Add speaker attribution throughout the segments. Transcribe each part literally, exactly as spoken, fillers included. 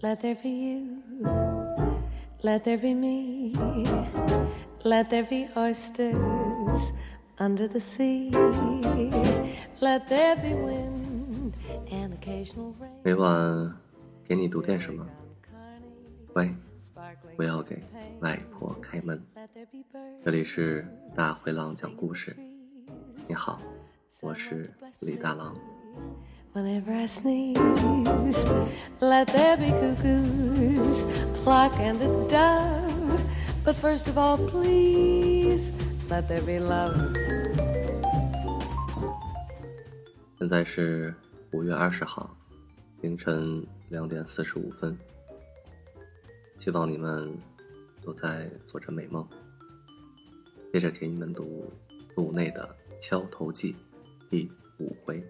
Speaker 1: Let there be you, let there be me, let there be oysters under the sea, let there be wind and occasional rain.
Speaker 2: 每晚给你读点什么？喂，不要给外婆开门。这里是大灰狼讲故事。你好，我是李大狼。
Speaker 1: Whenever I sneeze, let there be cuckoos, a clock and a dove. But first of all, please, let there be love.
Speaker 2: 现在是五月二十号凌晨两点四十五分，希望你们都在做着美梦。接着给你们读鲁内的《敲头记》第五回。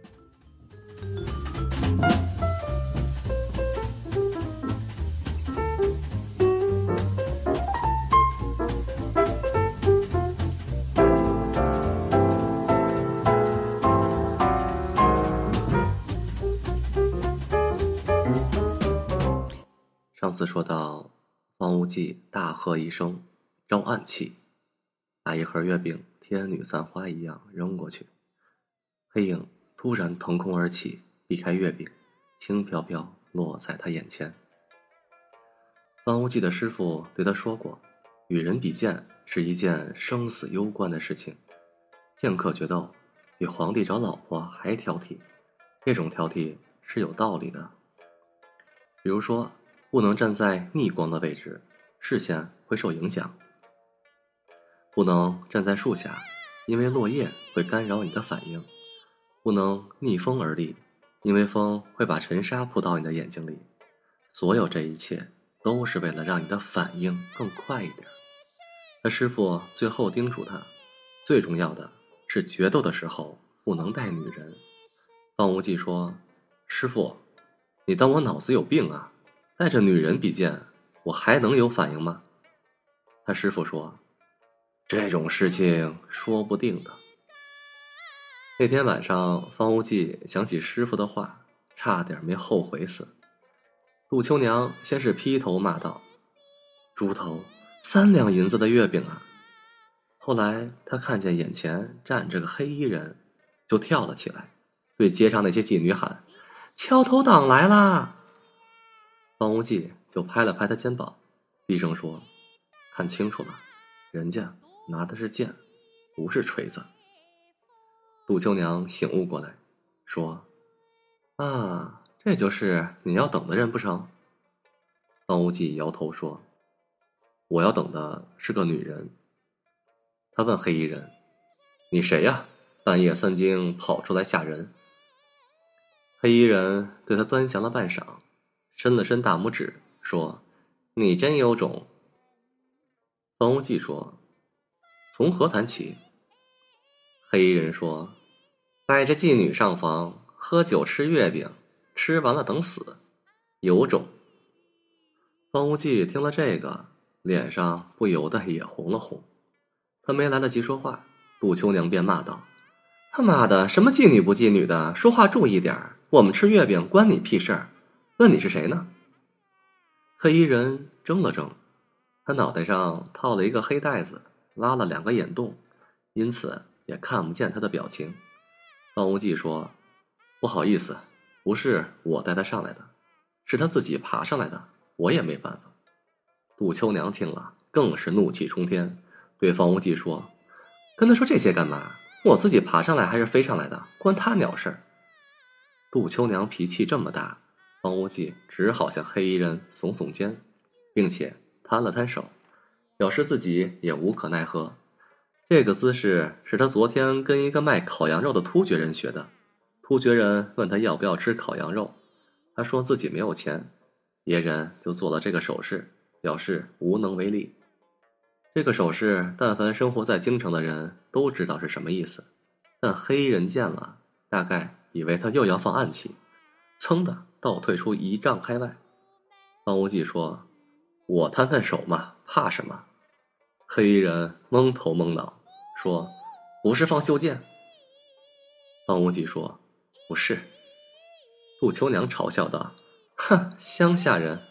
Speaker 2: 上次说到方无忌大喝一声招暗器，把一盒月饼天女散花一样扔过去，黑影突然腾空而起，避开月饼，轻飘飘落在他眼前。方无忌的师父对他说过，与人比剑是一件生死攸关的事情，剑客决斗比皇帝找老婆还挑剔，这种挑剔是有道理的。比如说，不能站在逆光的位置，视线会受影响；不能站在树下，因为落叶会干扰你的反应；不能逆风而立，因为风会把尘沙扑到你的眼睛里。所有这一切都是为了让你的反应更快一点。他师父最后叮嘱他，最重要的是决斗的时候不能带女人。方无忌说，师父，你当我脑子有病啊？带着女人比剑，我还能有反应吗？他师父说，这种事情说不定的。那天晚上，方无忌想起师父的话，差点没后悔死。杜秋娘先是劈头骂道，猪头，三两银子的月饼啊！后来他看见眼前站着个黑衣人，就跳了起来，对街上那些妓女喊，敲头党来啦！方无忌就拍了拍他肩膀，低声说，看清楚了，人家拿的是剑，不是锤子。杜秋娘醒悟过来，说，啊，这就是你要等的人不成？方无忌摇头说，我要等的是个女人。他问黑衣人，你谁呀？半夜三更跑出来吓人。黑衣人对他端详了半晌，伸了伸大拇指，说，你真有种。方无忌说，从何谈起？黑衣人说，带着妓女上房，喝酒吃月饼，吃完了等死，有种。方无忌听了这个，脸上不由得也红了红。他没来得及说话，杜秋娘便骂道，他妈的，什么妓女不妓女的，说话注意点，我们吃月饼关你屁事儿，问你是谁呢？黑衣人怔了怔，他脑袋上套了一个黑袋子，挖了两个眼洞，因此也看不见他的表情。方无忌说，不好意思，不是我带他上来的，是他自己爬上来的，我也没办法。杜秋娘听了更是怒气冲天，对方无忌说，跟他说这些干嘛？我自己爬上来还是飞上来的，关他鸟事儿。杜秋娘脾气这么大，方无忌只好向黑衣人耸耸肩，并且摊了摊手，表示自己也无可奈何。这个姿势是他昨天跟一个卖烤羊肉的突厥人学的。突厥人问他要不要吃烤羊肉，他说自己没有钱，别人就做了这个手势，表示无能为力。这个手势但凡生活在京城的人都知道是什么意思，但黑衣人见了，大概以为他又要放暗器，噌的倒退出一丈开外。方无忌说，我摊摊手嘛，怕什么？黑衣人蒙头蒙脑说，不是放袖剑。方无忌说，不是。杜秋娘嘲笑道，哼，乡下人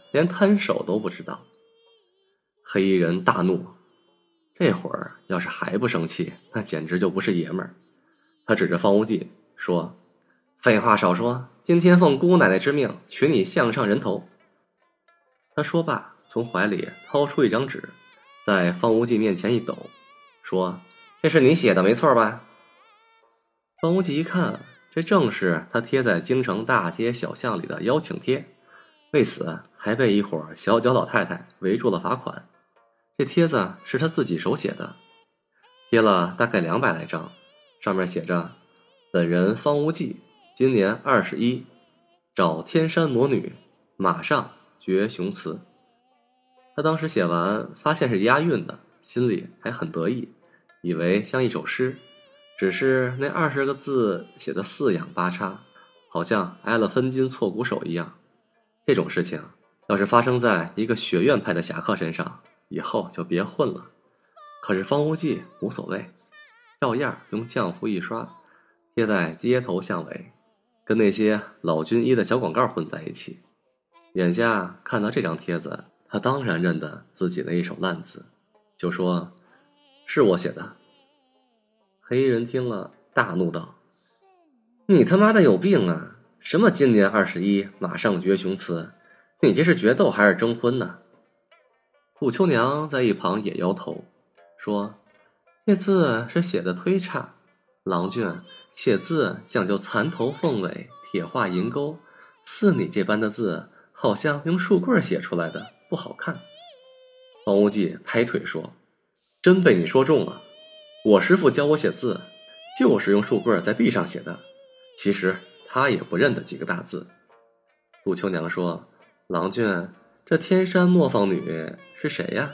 Speaker 2: 连摊手都不知道。黑衣人大怒，这会儿要是还不生气，那简直就不是爷们儿。他指着方无忌说：废话少说，今天奉姑奶奶之命取你项上人头。他说罢，从怀里掏出一张纸，在方无忌面前一抖，说：这是你写的没错吧？方无忌一看，这正是他贴在京城大街小巷里的邀请贴，为此还被一伙小脚老太太围住了罚款。这帖子是他自己手写的，贴了大概两百来张，上面写着：本人方无忌，今年二十一，找天山魔女，马上绝雄雌。他当时写完发现是押韵的，心里还很得意，以为像一首诗，只是那二十个字写得四仰八叉，好像挨了分筋错骨手一样。这种事情要是发生在一个学院派的侠客身上，以后就别混了。可是方无忌无所谓，照样用浆糊一刷，贴在街头巷尾，跟那些老军医的小广告混在一起。眼下看到这张帖子，他当然认得自己的一手烂字，就说：是我写的。黑衣人听了大怒道：你他妈的有病啊！什么今年二十一，马上绝雄雌，你这是决斗还是征婚呢？杜秋娘在一旁也摇头，说：这字是写的忒差，郎君写字讲究蚕头凤尾，铁画银钩，似你这般的字好像用树棍写出来的，不好看。方无忌拍腿说：真被你说中了，我师父教我写字就是用树棍在地上写的，其实他也不认得几个大字。杜秋娘说：郎君，这天山磨坊女是谁呀？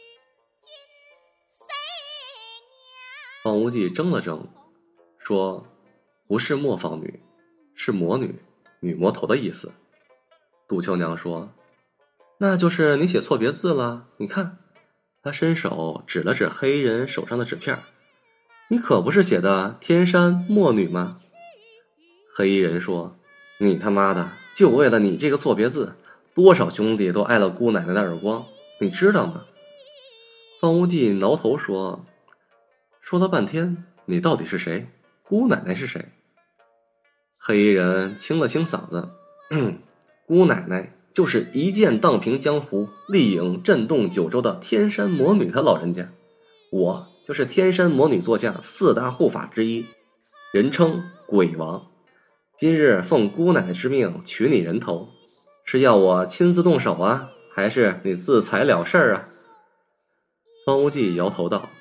Speaker 2: 方无忌怔了怔，说：不是磨坊女，是魔女，女魔头的意思。杜秋娘说：那就是你写错别字了，你看。他伸手指了指黑衣人手上的纸片，你可不是写的天山墨女吗？黑衣人说：你他妈的，就为了你这个错别字，多少兄弟都挨了姑奶奶的耳光，你知道吗？方无忌挠头说：说了半天，你到底是谁？姑奶奶是谁？黑衣人清了清嗓子：嗯，姑奶奶就是一剑荡平江湖，力影震动九州的天山魔女她老人家，我就是天山魔女座下四大护法之一，人称鬼王。今日奉姑奶奶之命取你人头，是要我亲自动手啊，还是你自裁了事儿啊？方无忌摇头道：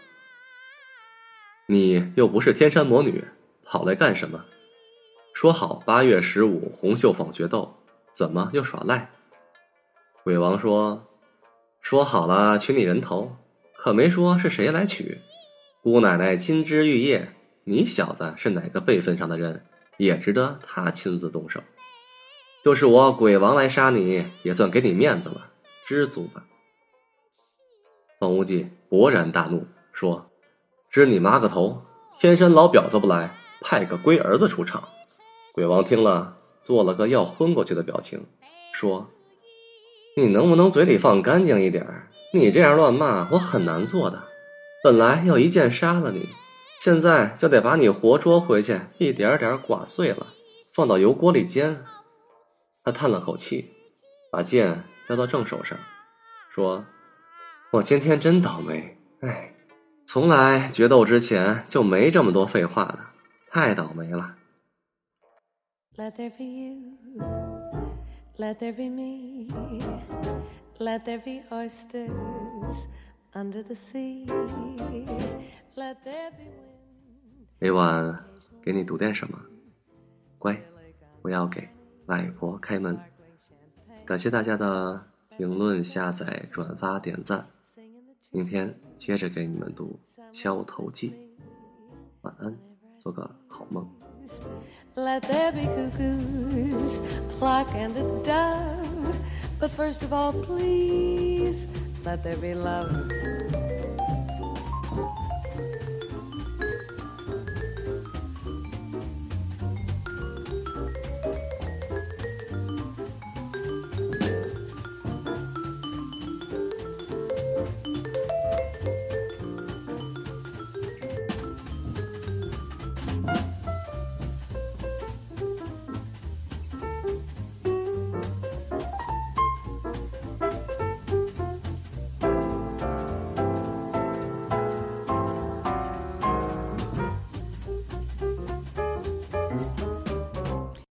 Speaker 2: 你又不是天山魔女，跑来干什么？说好八月十五红袖坊决斗，怎么又耍赖？鬼王说：说好了取你人头，可没说是谁来取。姑奶奶金枝玉叶，你小子是哪个辈分上的人，也值得他亲自动手。就是我鬼王来杀你，也算给你面子了，知足吧。方无忌勃然大怒，说：知你妈个头，天山老婊子不来，派个龟儿子出场。鬼王听了做了个要昏过去的表情，说：你能不能嘴里放干净一点？你这样乱骂我很难做的，本来要一剑杀了你，现在就得把你活捉回去，一点点剐碎了，放到油锅里煎。他叹了口气，把剑交到正手上，说：我今天真倒霉，哎，从来决斗之前就没这么多废话的，太倒霉了。
Speaker 1: Let there be you, let there be me, let there be oysters under the sea, let there be wind.
Speaker 2: 每晚给你读点什么，乖，我要给外婆开门。感谢大家的评论、下载、转发、点赞。明天接着给你们读《敲头记》。晚安，做个好梦。
Speaker 1: Let there be cuckoos, a clock and a dove. But first of all, please, let there be love.